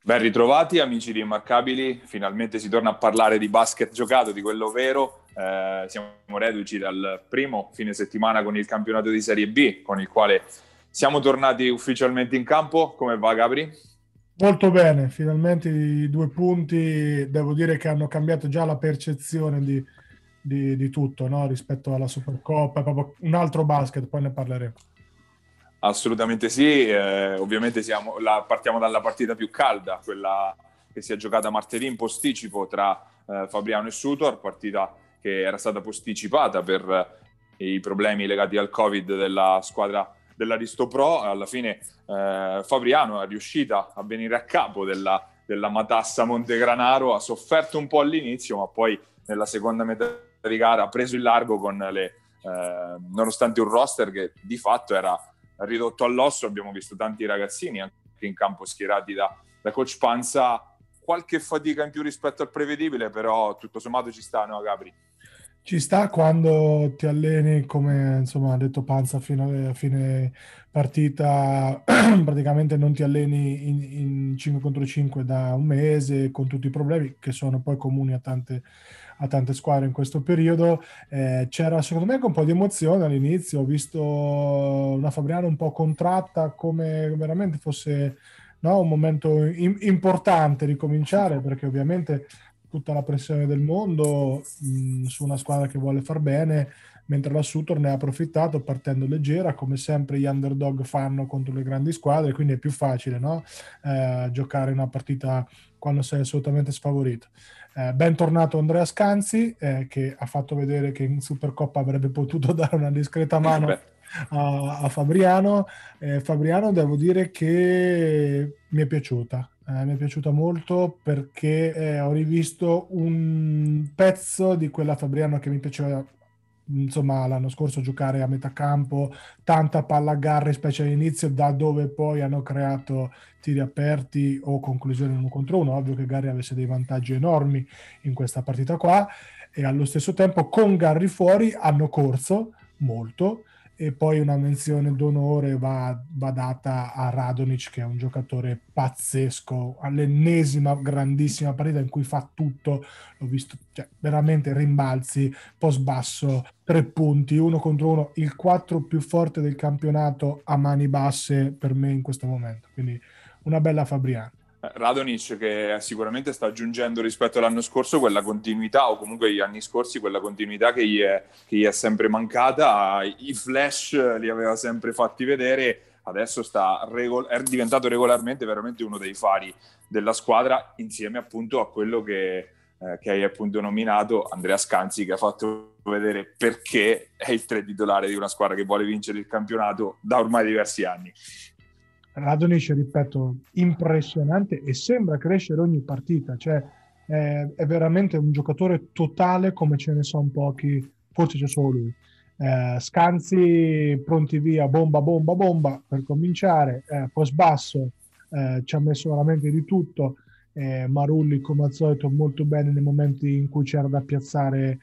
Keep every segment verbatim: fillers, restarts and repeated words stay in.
Ben ritrovati amici di Immarcabili, finalmente si torna a parlare di basket giocato, di quello vero. Eh, siamo reduci dal primo fine settimana con il campionato di Serie B, con il quale siamo tornati ufficialmente in campo. Come va, Gabri? Molto bene, finalmente i due punti devo dire che hanno cambiato già la percezione di, di- di tutto, no? Rispetto alla Supercoppa, è proprio un altro basket, poi ne parleremo. Assolutamente sì, eh, ovviamente siamo, la, partiamo dalla partita più calda, quella che si è giocata martedì in posticipo tra eh, Fabriano e Sutor, partita che era stata posticipata per eh, i problemi legati al Covid della squadra dell'Aristo Pro. Alla fine eh, Fabriano è riuscita a venire a capo della, della matassa Montegranaro, ha sofferto un po' all'inizio, ma poi nella seconda metà di gara ha preso il largo con le, eh, nonostante un roster che di fatto era ridotto all'osso. Abbiamo visto tanti ragazzini anche in campo schierati da, da coach Panza, qualche fatica in più rispetto al prevedibile, però tutto sommato ci sta, no Gabri? Ci sta quando ti alleni, come insomma ha detto Panza, fino a fine partita, praticamente non ti alleni in, in cinque contro cinque da un mese, con tutti i problemi che sono poi comuni a tante, a tante squadre in questo periodo. Eh, c'era secondo me anche un po' di emozione all'inizio, ho visto una Fabriano un po' contratta, come veramente fosse, no, un momento im- importante ricominciare, perché ovviamente tutta la pressione del mondo mh, su una squadra che vuole far bene, mentre la Sutor ne ha approfittato partendo leggera, come sempre gli underdog fanno contro le grandi squadre, quindi è più facile, no? Eh, giocare una partita quando sei assolutamente sfavorito. Eh, bentornato Andrea Scanzi, eh, che ha fatto vedere che in Supercoppa avrebbe potuto dare una discreta mano Beh, a, a Fabriano. Eh, Fabriano, devo dire che mi è piaciuta. Eh, mi è piaciuta molto perché eh, ho rivisto un pezzo di quella Fabriano che mi piaceva, insomma, l'anno scorso giocare a metà campo, tanta palla a garre, specie all'inizio, da dove poi hanno creato tiri aperti o conclusioni uno contro uno. Ovvio che Garri avesse dei vantaggi enormi in questa partita qua, e allo stesso tempo con Garri fuori hanno corso molto. E poi una menzione d'onore va, va data a Radonic, che è un giocatore pazzesco, all'ennesima grandissima partita in cui fa tutto. L'ho visto, cioè, veramente rimbalzi, post basso, tre punti, uno contro uno, il quattro più forte del campionato a mani basse per me in questo momento. Quindi una bella Fabriano. Radonic che sicuramente sta aggiungendo rispetto all'anno scorso quella continuità, o comunque gli anni scorsi quella continuità che gli è, che gli è sempre mancata. I flash li aveva sempre fatti vedere, adesso sta regol- è diventato regolarmente veramente uno dei fari della squadra, insieme appunto a quello che, eh, che hai appunto nominato, Andrea Scanzi, che ha fatto vedere perché è il tre titolare di una squadra che vuole vincere il campionato da ormai diversi anni. Radonic, ripeto, impressionante e sembra crescere ogni partita, cioè è, è veramente un giocatore totale come ce ne sono pochi, forse c'è solo lui. Eh, Scanzi pronti via, bomba, bomba, bomba per cominciare, eh, post basso, eh, ci ha messo veramente di tutto. Eh, Marulli come al solito molto bene nei momenti in cui c'era da piazzare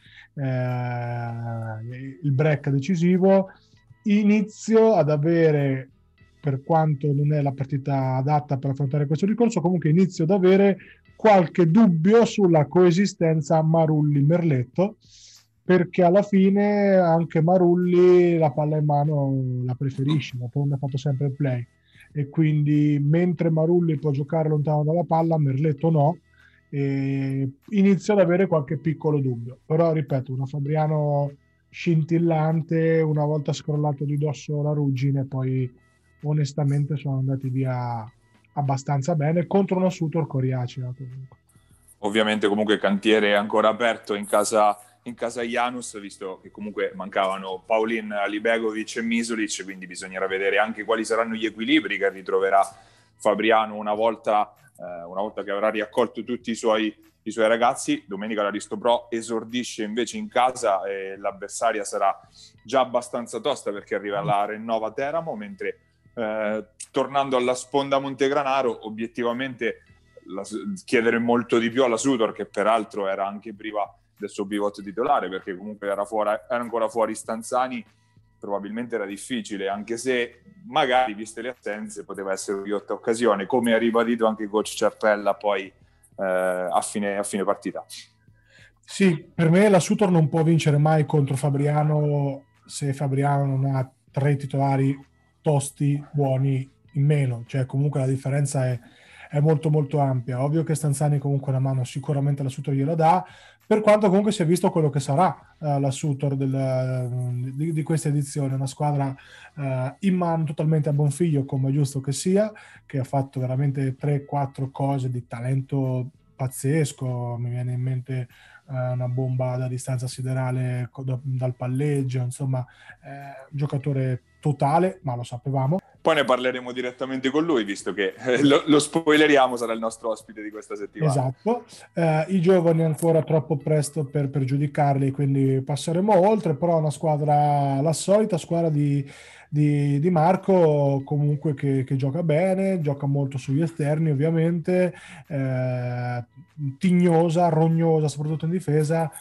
eh, il break decisivo. Inizio ad avere, per quanto non è la partita adatta per affrontare questo discorso, comunque inizio ad avere qualche dubbio sulla coesistenza Marulli-Merletto, perché alla fine anche Marulli la palla in mano la preferisce, ma poi ha fatto sempre il play, e quindi mentre Marulli può giocare lontano dalla palla, Merletto no. E inizio ad avere qualche piccolo dubbio, però ripeto, una Fabriano scintillante, una volta scrollato di dosso la ruggine, poi onestamente sono andati via abbastanza bene contro una Sutor coriacea comunque. Ovviamente comunque cantiere ancora aperto in casa, in casa Janus, visto che comunque mancavano Paulin, Libegovic e Misulic, quindi bisognerà vedere anche quali saranno gli equilibri che ritroverà Fabriano una volta, eh, una volta che avrà riaccolto tutti i suoi, i suoi ragazzi. Domenica l'Aristo Pro esordisce invece in casa e l'avversaria sarà già abbastanza tosta perché arriva la Rennova Teramo, mentre eh, tornando alla sponda Montegranaro, obiettivamente la, chiedere molto di più alla Sutor, che peraltro era anche priva del suo pivot titolare, perché comunque era, fuori, era ancora fuori Stanzani, probabilmente era difficile, anche se magari, viste le assenze, poteva essere una riotta occasione, come ha ribadito anche il coach Ciarpella poi eh, a, fine, a fine partita. Sì, per me la Sutor non può vincere mai contro Fabriano se Fabriano non ha tre titolari tosti, buoni in meno, cioè comunque la differenza è, è molto molto ampia. Ovvio che Stanzani comunque una mano sicuramente la Sutor gliela dà, per quanto comunque si è visto quello che sarà uh, la Sutor del, di, di questa edizione, una squadra uh, in mano totalmente a buon figlio, come è giusto che sia, che ha fatto veramente tre quattro cose di talento pazzesco. Mi viene in mente una bomba da distanza siderale dal palleggio, insomma, eh, giocatore totale, ma lo sapevamo. Poi ne parleremo direttamente con lui, visto che eh, lo, lo spoileriamo, sarà il nostro ospite di questa settimana. Esatto, eh, i giovani ancora troppo presto per, per giudicarli, quindi passeremo oltre, però una squadra, la solita squadra di, di, di Marco, comunque che, che gioca bene, gioca molto sugli esterni ovviamente, eh, tignosa, rognosa soprattutto in difesa,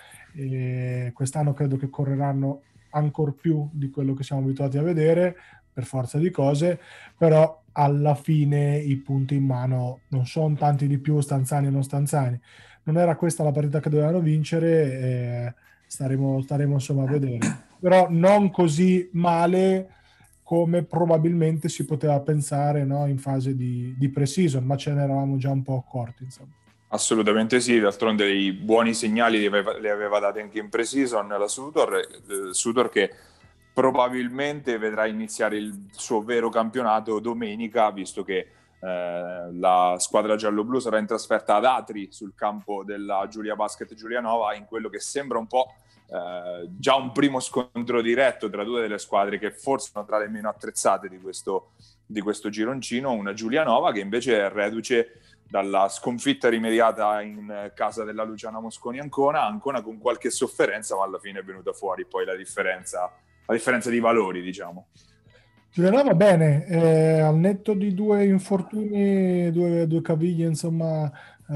e quest'anno credo che correranno ancor più di quello che siamo abituati a vedere, per forza di cose, però alla fine i punti in mano non sono tanti di più, Stanzani o non Stanzani. Non era questa la partita che dovevano vincere, eh, staremo, staremo insomma a vedere. Però non così male come probabilmente si poteva pensare, no, in fase di, di pre-season, ma ce ne eravamo già un po' accorti, insomma. Assolutamente sì, d'altronde i buoni segnali li aveva, li aveva dati anche in pre-season la Sutor, eh, Sutor che probabilmente vedrà iniziare il suo vero campionato domenica, visto che eh, la squadra giallo-blu sarà in trasferta ad Atri sul campo della Giulia Basket Giulianova, in quello che sembra un po' eh, già un primo scontro diretto tra due delle squadre che forse sono tra le meno attrezzate di questo, di questo gironcino, una Giulianova che invece è reduce dalla sconfitta rimediata in casa della Luciana Mosconi Ancona, Ancona con qualche sofferenza, ma alla fine è venuta fuori poi la differenza, la differenza di valori, diciamo. Giulianova bene, eh, al netto di due infortuni, due, due caviglie, insomma,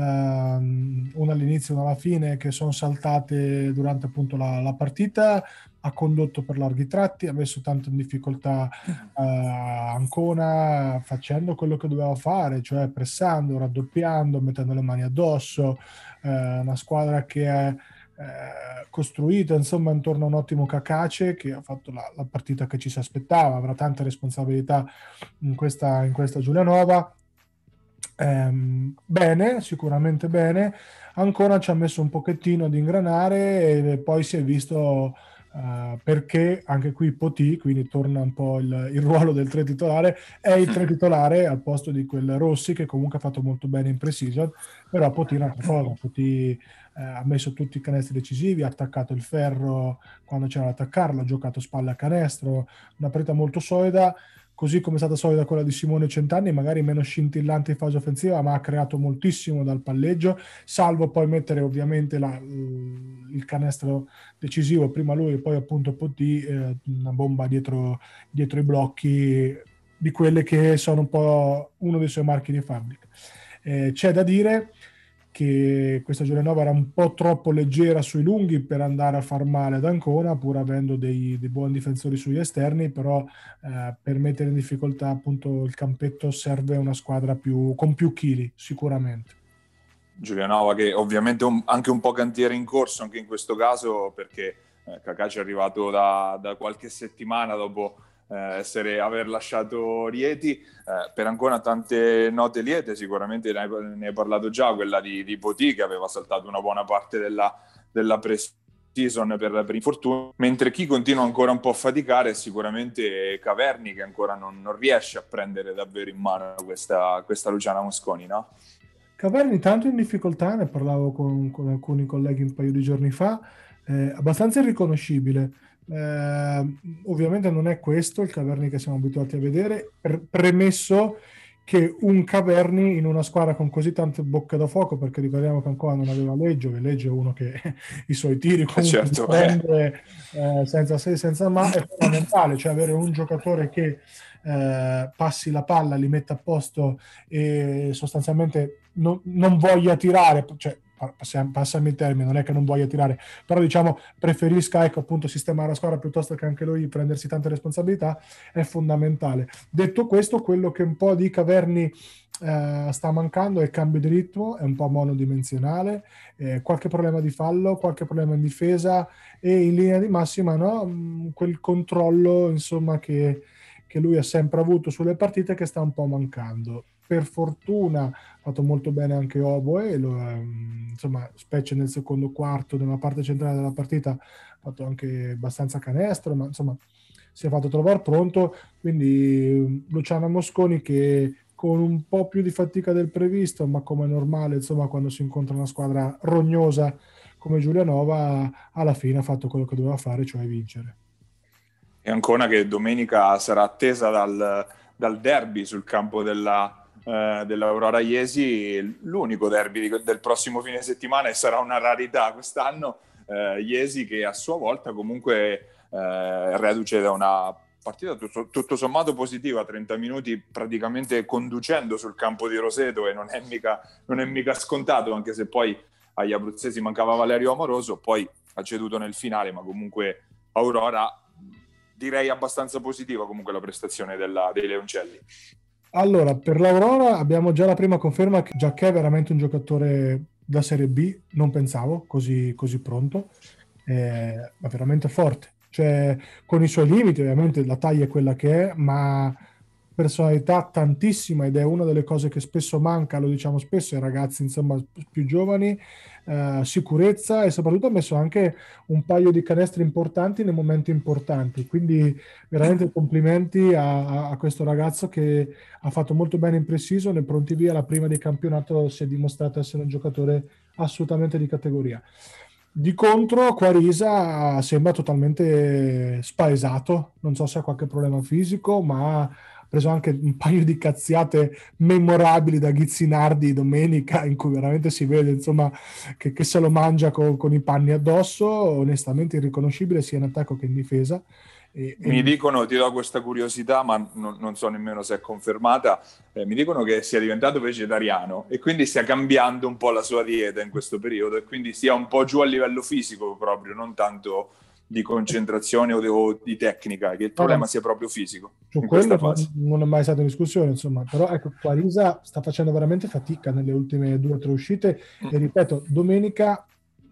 ehm, una all'inizio e una alla fine, che sono saltate durante appunto la, la partita, ha condotto per larghi tratti, ha messo tanto in difficoltà eh, Ancona, facendo quello che doveva fare, cioè pressando, raddoppiando, mettendo le mani addosso, eh, una squadra che è Eh, costruita insomma intorno a un ottimo Cacace che ha fatto la, la partita che ci si aspettava, avrà tante responsabilità in questa, in questa Giulianova. Ehm, bene, sicuramente bene. Ancora ci ha messo un pochettino ad ingranare e poi si è visto uh, perché anche qui Potì, quindi torna un po' il, il ruolo del tre titolare, è il tre titolare al posto di quel Rossi che comunque ha fatto molto bene in pre-season, però Potì è un'altra cosa. Potì eh, ha messo tutti i canestri decisivi, ha attaccato il ferro quando c'era da attaccarlo, ha giocato spalle a canestro, una partita molto solida, così come è stata solida quella di Simone Centanni, magari meno scintillante in fase offensiva, ma ha creato moltissimo dal palleggio, salvo poi mettere ovviamente la, il canestro decisivo, prima lui e poi appunto Potì, eh, una bomba dietro, dietro i blocchi, di quelle che sono un po' uno dei suoi marchi di fabbrica. Eh, c'è da dire che questa Giulianova era un po' troppo leggera sui lunghi per andare a far male ad Ancona, pur avendo dei, dei buoni difensori sugli esterni, però eh, per mettere in difficoltà appunto il campetto serve una squadra più, con più chili, sicuramente. Giulianova che ovviamente un, anche un po' cantiere in corso anche in questo caso, perché eh, Cacace è arrivato da, da qualche settimana dopo Eh, essere, aver lasciato Rieti, eh, per ancora tante note liete, sicuramente ne hai, ne hai parlato già, quella di, di Potì che aveva saltato una buona parte della, della pre-season per, per infortuni, mentre chi continua ancora un po' a faticare è sicuramente Caverni, che ancora non, non riesce a prendere davvero in mano questa, questa Luciana Mosconi, no? Caverni tanto in difficoltà, ne parlavo con, con alcuni colleghi un paio di giorni fa, eh, abbastanza irriconoscibile. Eh, ovviamente non è questo il Caverni che siamo abituati a vedere, per, premesso che un Caverni in una squadra con così tante bocche da fuoco, perché ricordiamo che ancora non aveva Leggio, che Leggio è uno che i suoi tiri comunque certo, prende eh, senza se senza ma, è fondamentale, cioè avere un giocatore che eh, passi la palla, li metta a posto e sostanzialmente non, non voglia tirare, cioè passiamo, passami il termine, non è che non voglia tirare, però diciamo preferisca, ecco, appunto sistemare la squadra piuttosto che anche lui prendersi tante responsabilità, è fondamentale. Detto questo, quello che un po' di Caverni eh, sta mancando è il cambio di ritmo, è un po' monodimensionale, eh, qualche problema di fallo, qualche problema in difesa e in linea di massima, no? Mm, quel controllo insomma che, che lui ha sempre avuto sulle partite, che sta un po' mancando. Per fortuna ha fatto molto bene anche Oboe, lo, ehm, insomma, specie nel secondo quarto, nella parte centrale della partita, ha fatto anche abbastanza canestro, ma insomma si è fatto trovare pronto, quindi Luciano Mosconi che con un po' più di fatica del previsto, ma come è normale, insomma, quando si incontra una squadra rognosa come Giulianova, alla fine ha fatto quello che doveva fare, cioè vincere. E Ancona che domenica sarà attesa dal, dal derby sul campo della, eh, dell'Aurora Iesi, l'unico derby del prossimo fine settimana, e sarà una rarità quest'anno. eh, Iesi che a sua volta comunque eh, reduce da una partita tutto, tutto sommato positiva, trenta minuti praticamente conducendo sul campo di Roseto, e non è mica, non è mica scontato, anche se poi agli abruzzesi mancava Valerio Amoroso, poi ha ceduto nel finale, ma comunque Aurora direi abbastanza positiva comunque la prestazione della, dei Leoncelli. Allora, per l'Aurora abbiamo già la prima conferma che Giacché è veramente un giocatore da Serie B, non pensavo così, così pronto, eh, ma veramente forte, cioè con i suoi limiti, ovviamente la taglia è quella che è, ma personalità tantissima, ed è una delle cose che spesso manca, lo diciamo spesso ai ragazzi insomma più giovani, eh, sicurezza, e soprattutto ha messo anche un paio di canestri importanti nei momenti importanti, quindi veramente complimenti a, a questo ragazzo che ha fatto molto bene in pre-season, e pronti via la prima di campionato si è dimostrato essere un giocatore assolutamente di categoria. Di contro Quarisa sembra totalmente spaesato, non so se ha qualche problema fisico, ma ha preso anche un paio di cazziate memorabili da Ghizzinardi domenica, in cui veramente si vede insomma che, che se lo mangia con, con i panni addosso, onestamente irriconoscibile sia in attacco che in difesa. E, Mi e... dicono, ti do questa curiosità, ma non, non so nemmeno se è confermata, eh, mi dicono che sia diventato vegetariano e quindi stia cambiando un po' la sua dieta in questo periodo, e quindi sia un po' giù a livello fisico proprio, non tanto di concentrazione o di, o di tecnica, che il No, problema no, sia proprio fisico su in quello questa non, fase. non è mai stata in discussione, insomma, però ecco, Quarisa sta facendo veramente fatica nelle ultime due o tre uscite, e ripeto, domenica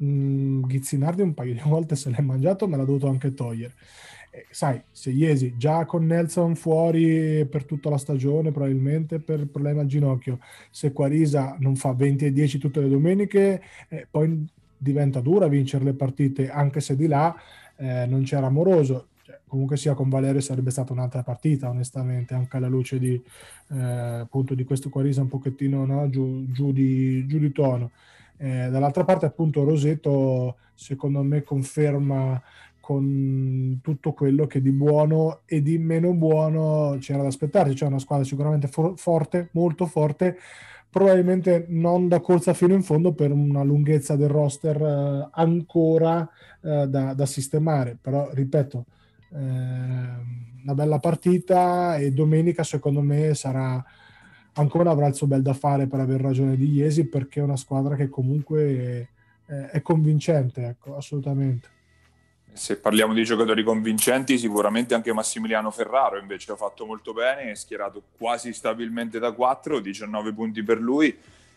mh, Ghizzinardi un paio di volte se l'è mangiato, me l'ha dovuto anche togliere. Eh, sai, se Iesi già con Nelson fuori per tutta la stagione, probabilmente per il problema al ginocchio, se Quarisa non fa venti e dieci tutte le domeniche, eh, poi diventa dura vincere le partite, anche se di là eh, non c'era Amoroso. Cioè, comunque sia, con Valerio sarebbe stata un'altra partita, onestamente, anche alla luce di, eh, appunto, di questo Quarisa un pochettino, no, giù, giù, di, giù di tono. Eh, dall'altra parte, appunto, Roseto secondo me conferma con tutto quello che di buono e di meno buono c'era da aspettarsi. C'è una squadra sicuramente for- forte, molto forte, probabilmente non da corsa fino in fondo per una lunghezza del roster eh, ancora eh, da, da sistemare, però ripeto, eh, una bella partita, e domenica secondo me sarà ancora, avrà il suo bel da fare per aver ragione di Iesi, perché è una squadra che comunque è, è convincente, ecco, assolutamente. Se parliamo di giocatori convincenti, sicuramente anche Massimiliano Ferraro invece ha fatto molto bene, è schierato quasi stabilmente da quattro, diciannove punti per lui,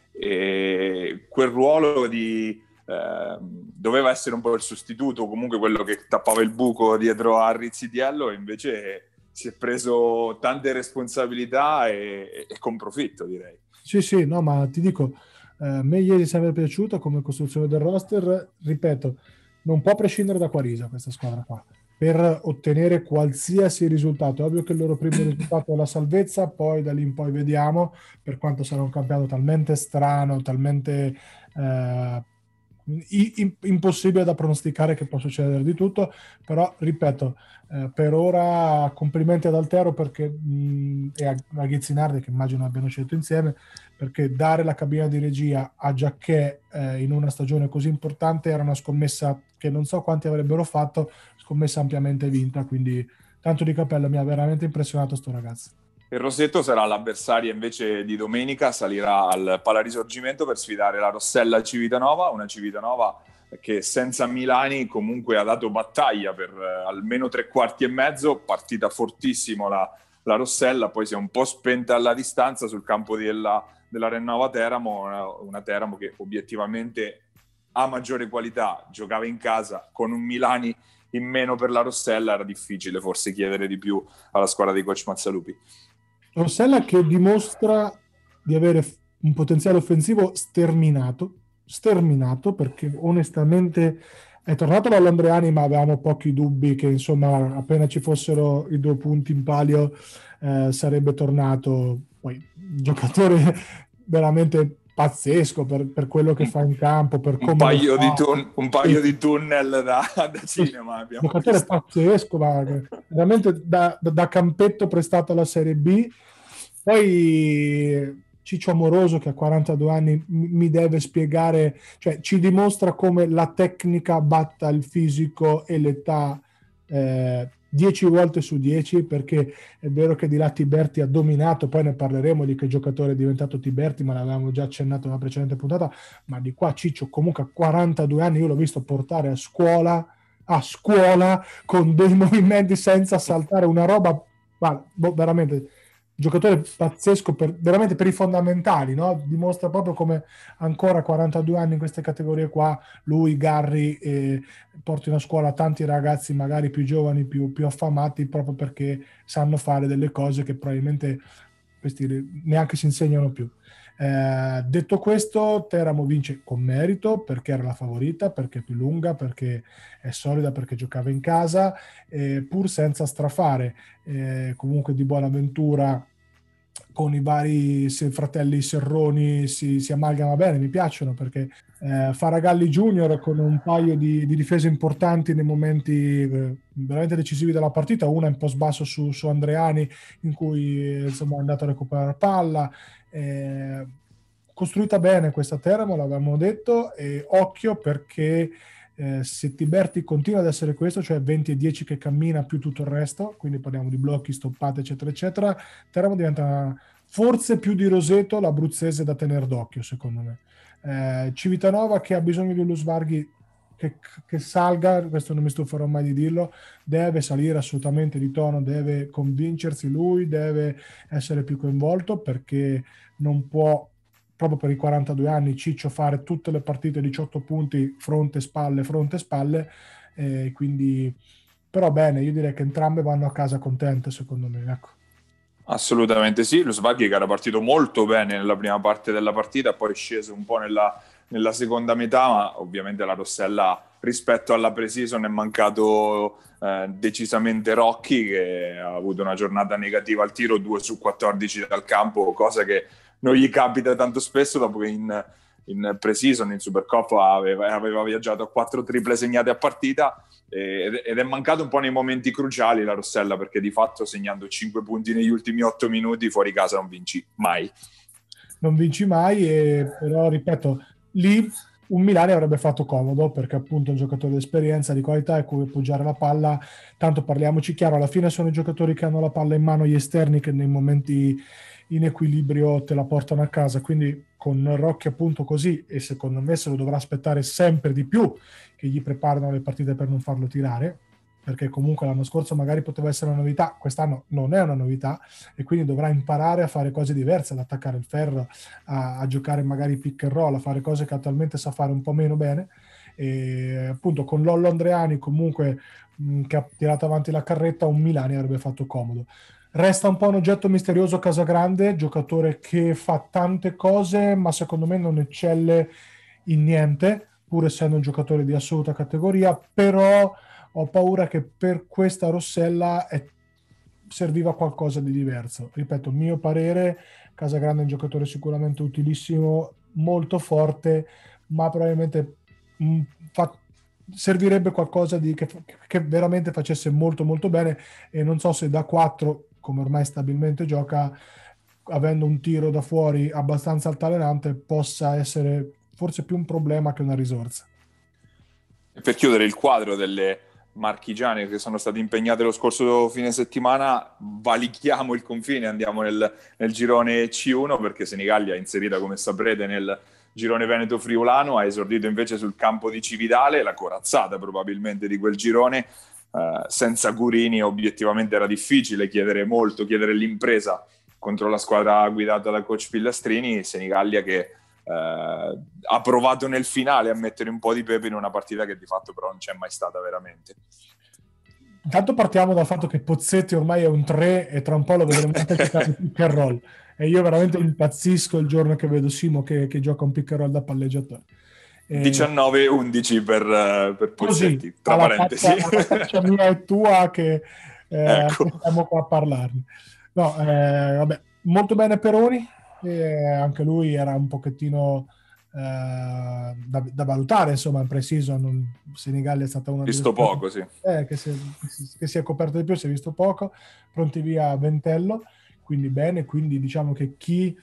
e quel ruolo di eh, doveva essere un po' il sostituto, comunque quello che tappava il buco dietro a Rizzitiello, e invece si è preso tante responsabilità e, e con profitto, direi. Sì, sì, no, ma ti dico, eh, a me ieri è sempre piaciuta come costruzione del roster, ripeto, non può prescindere da Quarisa questa squadra qua, per ottenere qualsiasi risultato. È ovvio che il loro primo risultato è la salvezza, poi da lì in poi vediamo, per quanto sarà un campionato talmente strano, talmente eh, i- impossibile da pronosticare, che può succedere di tutto, però ripeto, eh, per ora complimenti ad Altero perché, mh, e a, a Ghizzinardi, che immagino abbiano scelto insieme, perché dare la cabina di regia a Giacché eh, in una stagione così importante era una scommessa che non so quanti avrebbero fatto, scommessa ampiamente vinta, quindi tanto di cappello, mi ha veramente impressionato sto ragazzo. Il Rosetto sarà l'avversaria invece di domenica, salirà al Palarisorgimento per sfidare la Rossella Civitanova, una Civitanova che senza Milani comunque ha dato battaglia per eh, almeno tre quarti e mezzo, partita fortissimo la, la Rossella, poi si è un po' spenta alla distanza sul campo della, della Rennova Teramo, una, una Teramo che obiettivamente ha maggiore qualità, giocava in casa con un Milani in meno per la Rossella, era difficile forse chiedere di più alla squadra di coach Mazzalupi. Rossella che dimostra di avere un potenziale offensivo sterminato, sterminato perché onestamente è tornato dall'Andreani, ma avevamo pochi dubbi che insomma appena ci fossero i due punti in palio eh, sarebbe tornato. Poi giocatore veramente pazzesco per, per quello che fa in campo, per come un paio, lo di, fa. tun- un paio E, di tunnel da, da cinema abbiamo giocatore visto. pazzesco, ma veramente da, da, da campetto prestato alla Serie B. Poi Ciccio Amoroso che a quarantadue anni mi deve spiegare, cioè ci dimostra come la tecnica batta il fisico e l'età eh, dieci volte su dieci, perché è vero che di là Tiberti ha dominato, poi ne parleremo di che giocatore è diventato Tiberti, ma l'avevamo già accennato nella precedente puntata, ma di qua Ciccio comunque a quarantadue anni io l'ho visto portare a scuola a scuola con dei movimenti senza saltare, una roba ma, boh, veramente giocatore pazzesco per, veramente per i fondamentali, no? Dimostra proprio come ancora a quarantadue anni in queste categorie qua lui, Garri eh, portino a scuola tanti ragazzi magari più giovani, più, più affamati, proprio perché sanno fare delle cose che probabilmente questi neanche si insegnano più. Eh, detto questo, Teramo vince con merito perché era la favorita, perché è più lunga, perché è solida, perché giocava in casa, eh, pur senza strafare. Eh, comunque di Buonaventura con i vari se, fratelli Serroni si, si amalgama bene, mi piacciono perché eh, Faragalli Junior con un paio di, di difese importanti nei momenti eh, veramente decisivi della partita, una in post basso su, su Andreani in cui eh, insomma, è andato a recuperare palla. Eh, costruita bene questa Teramo, l'avevamo detto, e occhio perché eh, se Tiberti continua ad essere questo, cioè venti e dieci che cammina più tutto il resto, quindi parliamo di blocchi, stoppate eccetera eccetera, Teramo diventa forse più di Roseto l'abruzzese da tenere d'occhio secondo me. eh, Civitanova che ha bisogno di uno Svarghi che, che salga, questo non mi stuferò mai di dirlo, deve salire assolutamente di tono, deve convincersi lui, deve essere più coinvolto perché non può, proprio per i quarantadue anni, Ciccio fare tutte le partite diciotto punti, fronte, spalle, fronte, spalle, eh, quindi però bene, io direi che entrambe vanno a casa contente secondo me, ecco. Assolutamente sì, lo Svaghi che era partito molto bene nella prima parte della partita, poi è sceso un po' nella, nella seconda metà, ma ovviamente la Rossella rispetto alla pre-season è mancato eh, decisamente Rocchi, che ha avuto una giornata negativa al tiro, due su quattordici dal campo, cosa che non gli capita tanto spesso dopo che in, in pre-season, in Supercoppa aveva, aveva viaggiato a quattro triple segnate a partita, ed è mancato un po' nei momenti cruciali la Rossella, perché di fatto segnando cinque punti negli ultimi otto minuti fuori casa non vinci mai. Non vinci mai, e, però ripeto, lì un Milani avrebbe fatto comodo perché appunto è un giocatore di esperienza, di qualità e cui appoggiare la palla, tanto parliamoci chiaro, alla fine sono i giocatori che hanno la palla in mano, gli esterni che nei momenti in equilibrio te la portano a casa, quindi con Rocchi appunto così, e secondo me se lo dovrà aspettare sempre di più che gli preparano le partite per non farlo tirare, perché comunque l'anno scorso magari poteva essere una novità, quest'anno non è una novità e quindi dovrà imparare a fare cose diverse, ad attaccare il ferro, a, a giocare magari pick and roll, a fare cose che attualmente sa fare un po' meno bene. E appunto con Lollo Andreani comunque mh, che ha tirato avanti la carretta, un Milani avrebbe fatto comodo. Resta un po' un oggetto misterioso Casagrande, giocatore che fa tante cose ma secondo me non eccelle in niente, pur essendo un giocatore di assoluta categoria, però ho paura che per questa Rossella è, serviva qualcosa di diverso. Ripeto, mio parere, Casagrande è un giocatore sicuramente utilissimo, molto forte, ma probabilmente mh, fa, servirebbe qualcosa di, che, che veramente facesse molto molto bene, e non so se da quattro, come ormai stabilmente gioca, avendo un tiro da fuori abbastanza altalenante, possa essere forse più un problema che una risorsa. Per chiudere il quadro delle marchigiane che sono state impegnate lo scorso fine settimana, valichiamo il confine, andiamo nel, nel girone C uno, perché Senigallia è inserita, come saprete, nel girone veneto-friulano, ha esordito invece sul campo di Cividale, la corazzata probabilmente di quel girone. Uh, senza Gurini obiettivamente era difficile chiedere molto, chiedere l'impresa contro la squadra guidata da coach Pillastrini. Senigallia che uh, ha provato nel finale a mettere un po' di pepe in una partita che di fatto però non c'è mai stata veramente. Intanto partiamo dal fatto che Pozzetti ormai è un tre e tra un po' lo vedremo anche giocare pick and roll, e io veramente impazzisco il giorno che vedo Simo che, che gioca un pick and roll da palleggiatore. diciannove undici per, per Pozzetti, così, tra alla parentesi. Faccia, alla faccia mia e tua che eh, Ecco. stiamo qua a parlarne. No, eh, vabbè, molto bene Peroni, eh, anche lui era un pochettino eh, da, da valutare, insomma, in pre-season. Senigallia è stata una visto delle poco, sì. eh, che, si è, che si è coperto di più, si è visto poco, pronti via Ventello, quindi bene, quindi diciamo che chi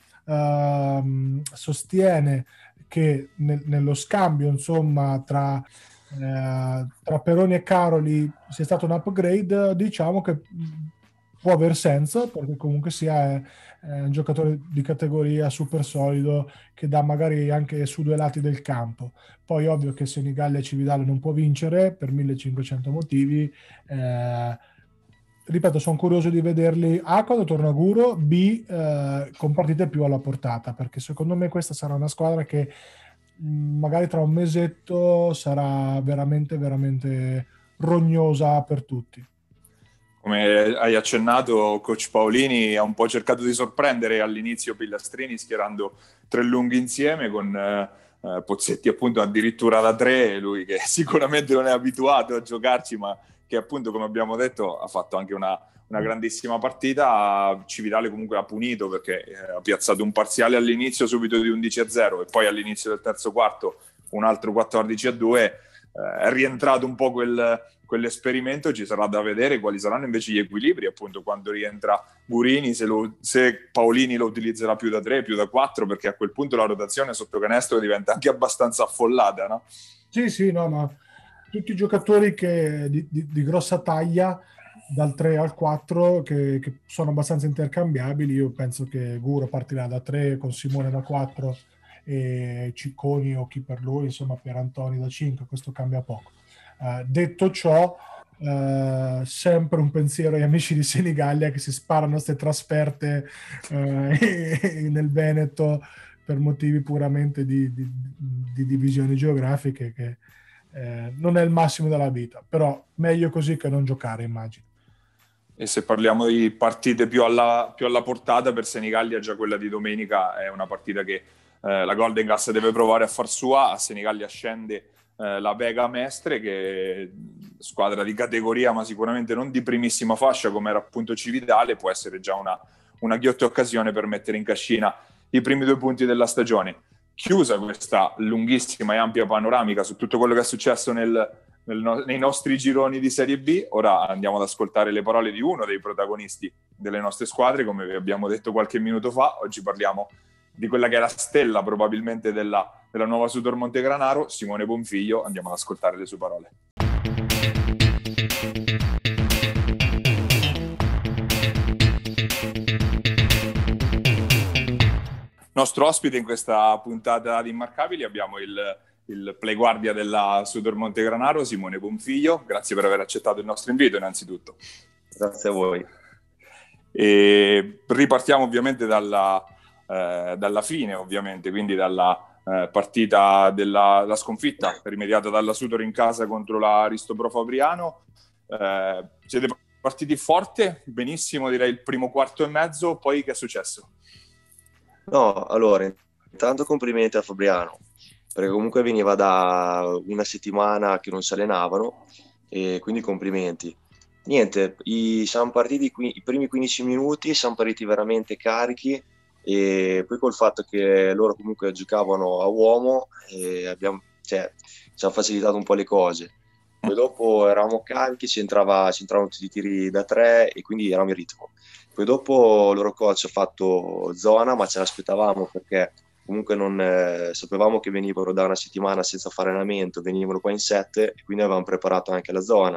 ehm, sostiene che nel, nello scambio, insomma, tra, eh, tra Peroni e Caroli sia stato un upgrade, diciamo che può aver senso, perché comunque sia è, è un giocatore di categoria super solido che dà magari anche su due lati del campo. Poi ovvio che Senigallia e Cividale non può vincere per millecinquecento motivi. Eh, ripeto, sono curioso di vederli A quando torna Guro, B eh, con partite più alla portata, perché secondo me questa sarà una squadra che mh, magari tra un mesetto sarà veramente veramente rognosa per tutti. Come hai accennato, coach Paolini ha un po' cercato di sorprendere all'inizio Pillastrini schierando tre lunghi insieme con eh, Pozzetti appunto addirittura da tre, lui che sicuramente non è abituato a giocarci, ma che appunto, come abbiamo detto, ha fatto anche una, una grandissima partita. Cividale comunque ha punito perché eh, ha piazzato un parziale all'inizio subito di undici a zero e poi all'inizio del terzo quarto un altro quattordici a due. Eh, è rientrato un po' quel quell'esperimento, ci sarà da vedere quali saranno invece gli equilibri appunto quando rientra Gurini, se, lo, se Paolini lo utilizzerà più da tre, più da quattro, perché a quel punto la rotazione sotto canestro diventa anche abbastanza affollata, no? Sì, sì, no, ma tutti i giocatori che, di, di, di grossa taglia dal tre al quattro che, che sono abbastanza intercambiabili. Io penso che Guro partirà da tre con Simone da quattro e Cicconi o chi per lui, insomma per Antoni da cinque, questo cambia poco. Uh, detto ciò, uh, sempre un pensiero agli amici di Senigallia che si sparano queste trasferte uh, nel Veneto per motivi puramente di, di, di divisioni geografiche, che eh, non è il massimo della vita, però meglio così che non giocare, immagino. E se parliamo di partite più alla, più alla portata, per Senigallia già quella di domenica è una partita che eh, la Golden Gas deve provare a far sua. A Senigallia scende Eh, la Vega Mestre, che è squadra di categoria ma sicuramente non di primissima fascia come era appunto Cividale, può essere già una, una ghiotta occasione per mettere in cascina i primi due punti della stagione. Chiusa questa lunghissima e ampia panoramica su tutto quello che è successo nel, nel, nei nostri gironi di Serie B, ora andiamo ad ascoltare le parole di uno dei protagonisti delle nostre squadre, come vi abbiamo detto qualche minuto fa. Oggi parliamo di quella che è la stella probabilmente della, della nuova Sudor Montegranaro, Simone Bonfiglio. Andiamo ad ascoltare le sue parole. Nostro ospite in questa puntata di Immarcabili abbiamo il, il playguardia della Sudor Montegranaro, Simone Bonfiglio. Grazie per aver accettato il nostro invito innanzitutto. Grazie a voi. E ripartiamo ovviamente dalla Eh, dalla fine, ovviamente, quindi dalla eh, partita della la sconfitta rimediata dalla Sudor in casa contro la Aristopro Fabriano. Eh, siete partiti forte, benissimo, direi il primo quarto e mezzo. Poi che è successo? No, allora, intanto complimenti a Fabriano, perché comunque veniva da una settimana che non si allenavano, e quindi complimenti. Niente, i, siamo partiti qui, i primi quindici minuti, siamo partiti veramente carichi, e poi col fatto che loro comunque giocavano a uomo e abbiamo, cioè, ci hanno facilitato un po' le cose. Poi dopo eravamo carichi, ci, entrava, ci entravano tutti i tiri da tre e quindi eravamo in ritmo. Poi dopo il loro coach ha fatto zona, ma ce l'aspettavamo perché comunque non eh, sapevamo che venivano da una settimana senza fare allenamento, venivano qua in sette e quindi avevamo preparato anche la zona.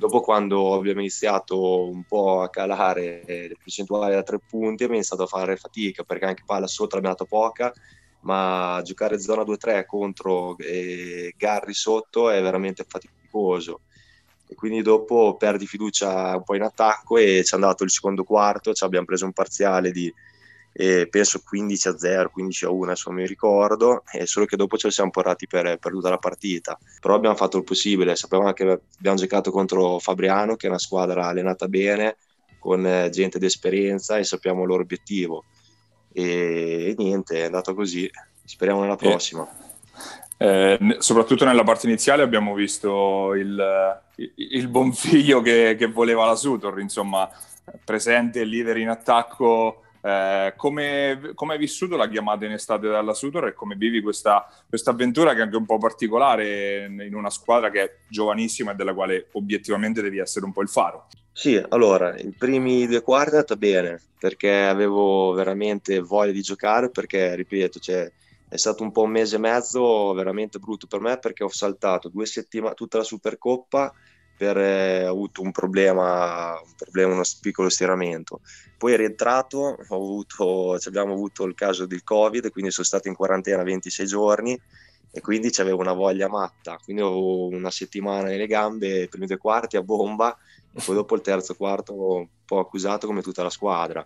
Dopo, quando abbiamo iniziato un po' a calare le percentuali da tre punti, abbiamo iniziato a fare fatica, perché anche palla sotto l'abbiamo data poca, ma giocare zona due tre contro eh, Garri sotto è veramente faticoso. E quindi dopo perdi fiducia un po' in attacco e ci è andato il secondo quarto, ci abbiamo preso un parziale di eh, penso quindici a zero, quindici a uno, adesso non mi ricordo, e solo che dopo ce li siamo portati per, per tutta la partita. Però abbiamo fatto il possibile, sapevamo che abbiamo giocato contro Fabriano, che è una squadra allenata bene, con eh, gente d'esperienza, e sappiamo il loro obiettivo. E, e niente, è andato così, speriamo nella prossima. Eh, eh, soprattutto nella parte iniziale abbiamo visto il, il, il buon figlio che, che voleva la Sutor, insomma, presente, leader in attacco. Eh, come, come hai vissuto la chiamata in estate dalla Sutor e come vivi questa avventura che è anche un po' particolare in una squadra che è giovanissima e della quale obiettivamente devi essere un po' il faro? Sì, allora, i primi due quarti è andata bene, perché avevo veramente voglia di giocare, perché, ripeto, cioè, è stato un po' un mese e mezzo veramente brutto per me, perché ho saltato due settimane tutta la Supercoppa per eh, ho avuto un problema, un problema, uno piccolo stiramento. Poi è rientrato, ho avuto, cioè, abbiamo avuto il caso del Covid, quindi sono stato in quarantena ventisei giorni e quindi c'avevo una voglia matta, quindi avevo una settimana nelle gambe, i primi due quarti a bomba, e poi dopo il terzo quarto un po' accusato come tutta la squadra.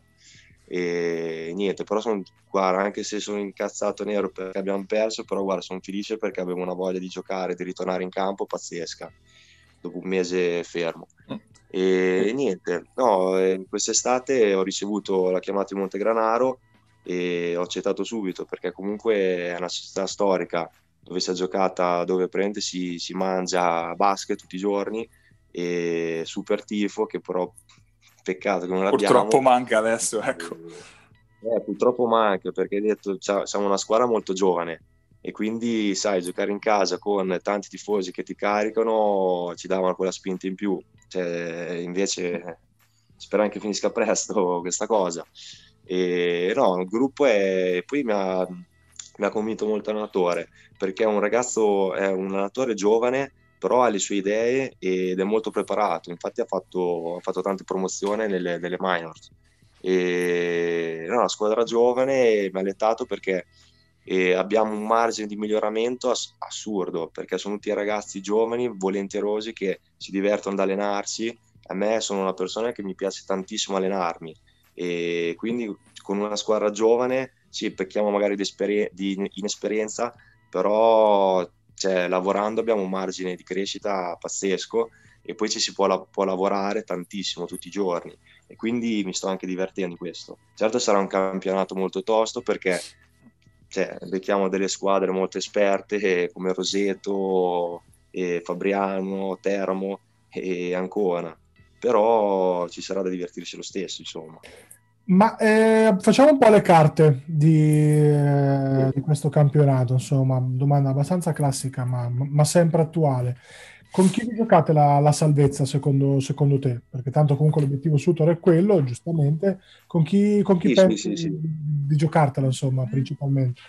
E niente, però sono, guarda, anche se sono incazzato nero perché abbiamo perso, però guarda, sono felice perché avevo una voglia di giocare, di ritornare in campo pazzesca dopo un mese fermo. E niente, no, eh, quest'estate ho ricevuto la chiamata di Montegranaro e ho accettato subito, perché comunque è una società storica dove si è giocata, dove prende si, si mangia basket tutti i giorni, e super tifo, che però peccato che non l'abbiamo. Purtroppo manca adesso, ecco. Eh, purtroppo manca, perché hai detto, siamo una squadra molto giovane e quindi, sai, giocare in casa con tanti tifosi che ti caricano ci davano quella spinta in più. Cioè, invece spero che finisca presto questa cosa. E no, il gruppo è... Poi mi ha, mi ha convinto molto l'allenatore, perché è un ragazzo, è un allenatore giovane, però ha le sue idee ed è molto preparato. Infatti ha fatto, ha fatto tante promozioni nelle, nelle minors. E no, una squadra giovane, mi ha allettato, perché e abbiamo un margine di miglioramento ass- assurdo, perché sono tutti ragazzi giovani, volenterosi, che si divertono ad allenarsi. A me sono una persona che mi piace tantissimo allenarmi, e quindi con una squadra giovane sì, pecchiamo magari di, esperi- di inesperienza, però cioè, lavorando abbiamo un margine di crescita pazzesco, e poi ci si può, la- può lavorare tantissimo tutti i giorni, e quindi mi sto anche divertendo in questo. Certo sarà un campionato molto tosto, perché cioè, becchiamo delle squadre molto esperte come Roseto, e Fabriano, Teramo e Ancona, però ci sarà da divertirsi lo stesso, insomma. Ma eh, facciamo un po' le carte di, eh, di questo campionato, insomma, domanda abbastanza classica, ma, ma sempre attuale. Con chi vi giocate la, la salvezza secondo, secondo te? Perché tanto comunque l'obiettivo Sutor è quello, giustamente. Con chi, con chi Sì, sì, pensi sì, sì. di giocartela, insomma, principalmente?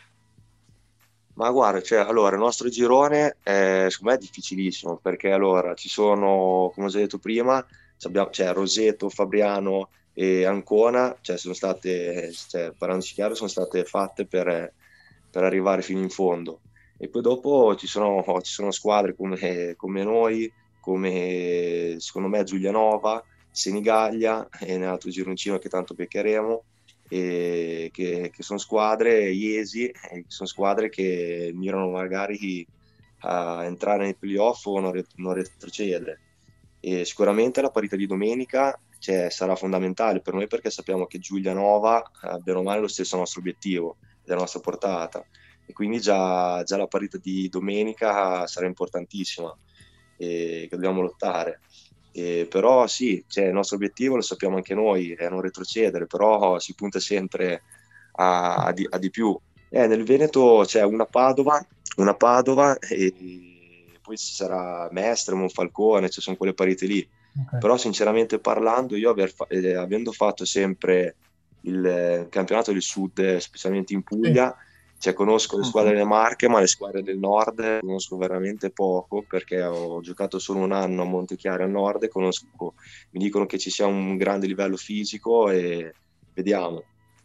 Ma guarda, cioè, allora, il nostro girone è, secondo me, è difficilissimo, perché allora ci sono, come ho già detto prima, ci abbiamo- c'è Roseto, Fabriano e Ancona, cioè sono state, cioè, parlandoci chiaro, sono state fatte per, per arrivare fino in fondo. E poi dopo ci sono, ci sono squadre come, come noi, come secondo me Giulianova, Senigallia e nell'altro gironcino che tanto beccheremo, e che, che sono squadre Iesi, eh, sono squadre che mirano magari a entrare nei playoff o non, ret- non retrocedere. E sicuramente la partita di domenica, cioè, sarà fondamentale per noi, perché sappiamo che Giulianova ha bene o male lo stesso nostro obiettivo, della nostra portata, e quindi già, già la partita di domenica sarà importantissima e che dobbiamo lottare. Eh, però sì, cioè, il nostro obiettivo, lo sappiamo anche noi, è non retrocedere, però si punta sempre a, a, di, a di più. Eh, nel Veneto c'è una Padova, una Padova e poi ci sarà Mestre, Monfalcone, ci sono quelle partite lì. Okay. Però sinceramente parlando, io aver fa- eh, avendo fatto sempre il eh, campionato del Sud, eh, specialmente in Sì. Puglia, Cioè, conosco le squadre delle Marche, ma le squadre del nord conosco veramente poco, perché ho giocato solo un anno a Montechiari al nord e conosco, mi dicono che ci sia un grande livello fisico e vediamo.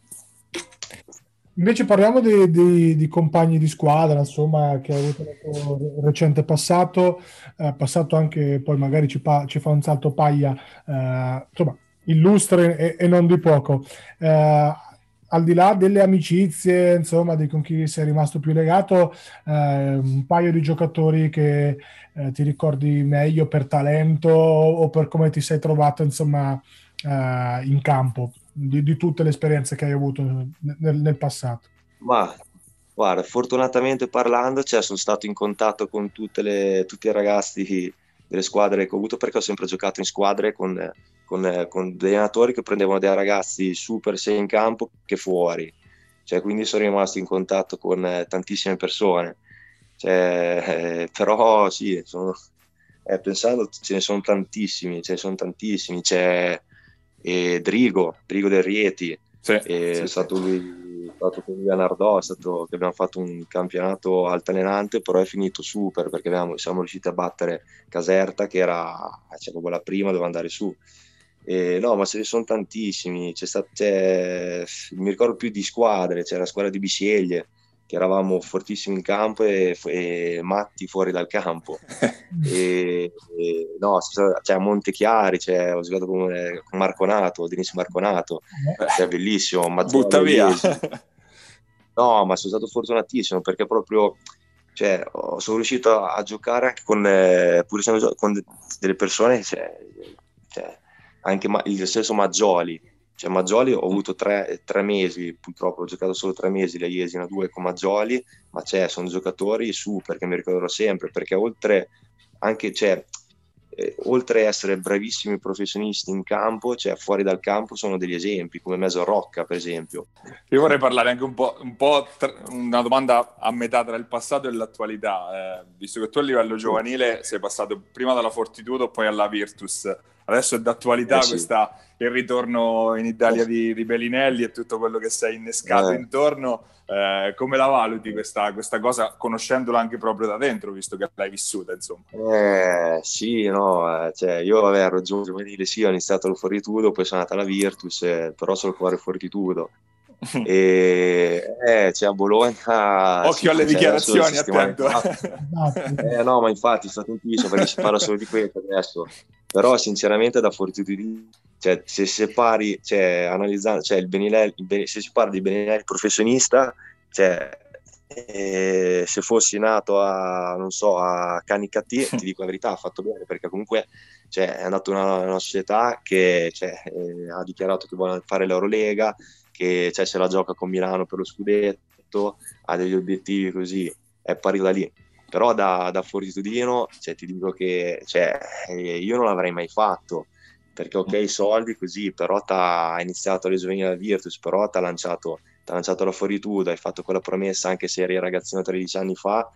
Invece parliamo di, di- di compagni di squadra, insomma, che hai avuto nel tuo recente passato, eh, passato anche, poi magari ci, pa- ci fa un salto Paglia, eh, insomma, illustre e, e non di poco. Eh, al di là delle amicizie, insomma, di con chi sei rimasto più legato, eh, un paio di giocatori che eh, ti ricordi meglio per talento o per come ti sei trovato, insomma, eh, in campo, di, di tutte le esperienze che hai avuto nel, nel passato. Ma guarda, fortunatamente parlando, cioè, sono stato in contatto con tutte le, tutti i ragazzi delle squadre che ho avuto, perché ho sempre giocato in squadre con, con, con dei allenatori che prendevano dei ragazzi super sia in campo che fuori. Cioè, quindi sono rimasto in contatto con eh, tantissime persone. Cioè, eh, però sì, sono, eh, pensando ce ne sono tantissimi, ce ne sono tantissimi. C'è eh, Drigo, Drigo del Rieti, Sì, è sì, stato sì. lui, è stato con lui a Nardò, è stato che abbiamo fatto un campionato altalenante, però è finito super perché abbiamo, siamo riusciti a battere Caserta, che era cioè, proprio la prima, doveva andare su. E, no, ma ce ne sono tantissimi. C'è stato, c'è, mi ricordo più di squadre, c'era la squadra di Bisceglie, che eravamo fortissimi in campo e, e matti fuori dal campo. E, e, no, c'è a Montechiari, c'è, ho giocato con, eh, con Marconato, Denis Marconato, cioè bellissimo, Mazzoli Butta via. Aiesi. No, ma sono stato fortunatissimo perché proprio cioè, ho- sono riuscito a, a giocare anche con, eh, pur essendo gio- con de- delle persone, cioè, cioè, anche ma- il stesso Maggioli. Cioè, Maggioli ho avuto tre, tre mesi, purtroppo ho giocato solo tre mesi la Jesina due con Maggioli, ma cioè, sono giocatori super che mi ricorderò sempre, perché oltre anche, cioè, eh, oltre a essere bravissimi professionisti in campo, cioè fuori dal campo sono degli esempi, come Meso Rocca, per esempio. Io vorrei parlare anche un po', un po' tra- una domanda a metà tra il passato e l'attualità. Eh, visto che tu a livello giovanile sei passato prima dalla Fortitudo, poi alla Virtus, adesso è Eh d'attualità sì. questa, il ritorno in Italia di, di Bellinelli e tutto quello che sei innescato Eh. intorno. Eh, come la valuti questa, questa cosa, conoscendola anche proprio da dentro, visto che l'hai vissuta, insomma? Eh, sì, no, eh, cioè, io vabbè, ero giù giovanile, sì, ho iniziato al Fortitudo, poi sono andata alla Virtus, eh, però solo cuore Fortitudo. E eh, cioè, a Bologna, sì, Occhio alle cioè, adesso dichiarazioni, settimane attento. fa, eh, no, ma infatti sta tantissimo perché si parla solo di questo adesso. Però, sinceramente, da Fortitudo, cioè, se separi, cioè, analizzando, cioè, il Benilelli, il Ben- se si parla di Benilelli professionista, cioè, eh, se fossi nato a, non so, a Canicattì, ti dico la verità, ha fatto bene perché comunque cioè, è andato in una, una società che cioè, eh, ha dichiarato che vuole fare l'Eurolega, che cioè, se la gioca con Milano per lo scudetto, ha degli obiettivi così, è partito da lì. Però da, da Fortitudino cioè, ti dico che cioè, eh, io non l'avrei mai fatto, perché ok, i soldi così, però ti ha iniziato le giovanili al Virtus, però ti ha lanciato ti ha lanciato la Fortitudo, hai fatto quella promessa anche se eri ragazzino tredici anni fa,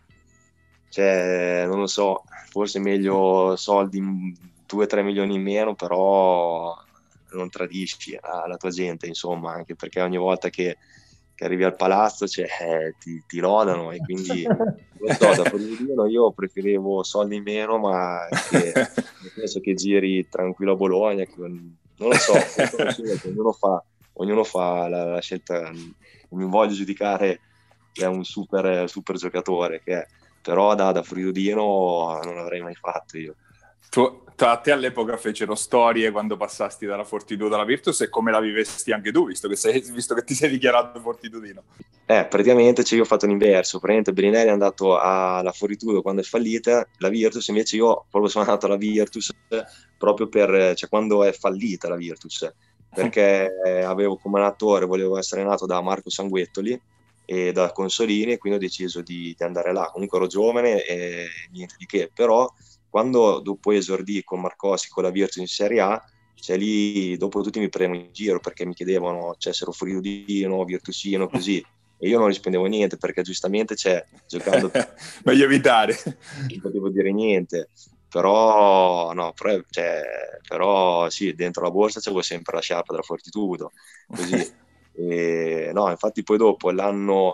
cioè non lo so, forse meglio soldi due tre milioni in meno, però non tradisci la tua gente, insomma, anche perché ogni volta che, che arrivi al palazzo cioè, ti, ti lodano e quindi non so, da Fortitudo io preferivo soldi in meno, ma che penso che giri tranquillo a Bologna, che, non lo so, ognuno fa ognuno fa la, la scelta, non voglio giudicare che è un super, super giocatore, che è, però da, da Friudino non l'avrei mai fatto io. Tu, a te all'epoca fecero storie quando passasti dalla Fortitudo alla Virtus e come la vivesti anche tu, visto che, sei, visto che ti sei dichiarato fortitudino? Eh, praticamente cioè, io ho fatto l'inverso, praticamente Bellinelli è andato alla Fortitudo quando è fallita, la Virtus invece io proprio sono andato alla Virtus proprio per, cioè quando è fallita la Virtus, perché avevo come allenatore, volevo essere nato da Marco Sanguettoli e da Consolini e quindi ho deciso di, di andare là, comunque ero giovane e niente di che, però quando dopo esordì con Marcosi con la Virtus in Serie A, cioè lì dopo tutti mi prendevano in giro perché mi chiedevano cioè, se ero Friudino, Virtusino, così e io non rispondevo niente perché giustamente c'è giocando meglio evitare, non potevo dire niente, però no, però, cioè, però sì, dentro la borsa c'avevo sempre la sciarpa della Fortitudo, così e, no, infatti poi dopo l'anno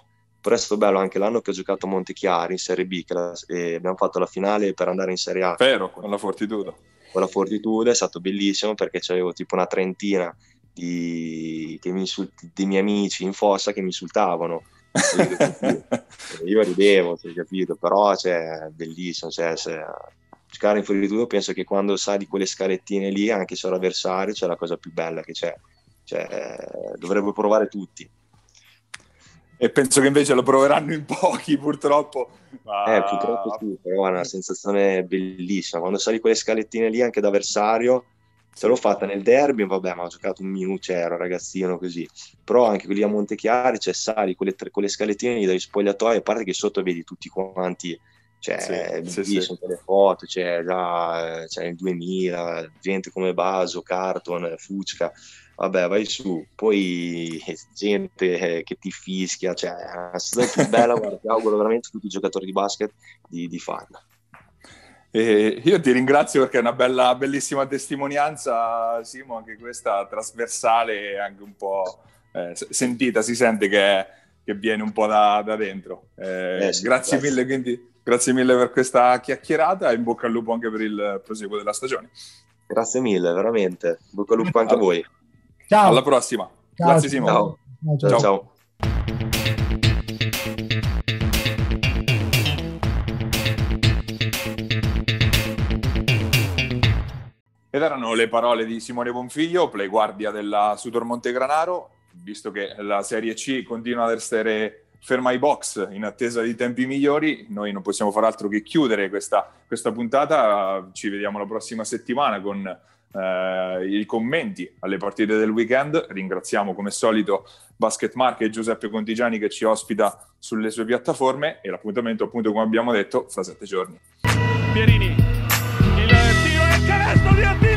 però è stato bello anche l'anno che ho giocato a Montechiari in Serie B, che la, e abbiamo fatto la finale per andare in Serie A. Vero, con la Fortitudo. Con la Fortitudo è stato bellissimo perché c'avevo tipo una trentina di, che mi insulti, dei miei amici in fossa che mi insultavano. Io ridevo, hai capito? Però cioè, bellissimo, cioè, se, giocare in Fortitudo penso che quando sali quelle scalettine lì, anche se l'avversario, c'è la cosa più bella che c'è, cioè, dovrebbero provare tutti. E penso che invece lo proveranno in pochi, purtroppo. Ma... Eh, purtroppo sì, però è una sensazione bellissima. Quando sali quelle scalettine lì, anche da avversario, se l'ho fatta nel derby, vabbè, ma ho giocato un minuto, cioè, ero ragazzino così. Però anche quelli a Montechiari, cioè, sali quelle, tre, quelle scalettine lì dagli spogliatoi, a parte che sotto vedi tutti quanti, cioè, sì, bellissimo, sì, sì. Le foto, cioè, già, cioè, nel duemila, gente come Baso, Carton, Fucca. Vabbè, vai su, poi gente che ti fischia, cioè è una situazione più bella, guarda, ti auguro veramente a tutti i giocatori di basket di, di farla. E io ti ringrazio perché è una bella, bellissima testimonianza, Simo, anche questa trasversale e anche un po' eh, sentita, si sente che, che viene un po' da, da dentro. Eh, eh, sì, grazie, grazie mille, quindi grazie mille per questa chiacchierata e in bocca al lupo anche per il proseguo della stagione. Grazie mille, veramente, in bocca al lupo anche allora, a voi. Ciao. Alla prossima. Ciao, grazie Simo. Ciao. Ciao. Ciao. Ciao. Ed erano le parole di Simone Bonfiglio, play guardia della Sutor Montegranaro, visto che la Serie C continua ad essere ferma ai box in attesa di tempi migliori, noi non possiamo far altro che chiudere questa, questa puntata, ci vediamo la prossima settimana con eh, i commenti alle partite del weekend. Ringraziamo come solito Basketmark e Giuseppe Contigiani che ci ospita sulle sue piattaforme e l'appuntamento appunto come abbiamo detto fra sette giorni. Pierini, il tiro e il canestro di Attila!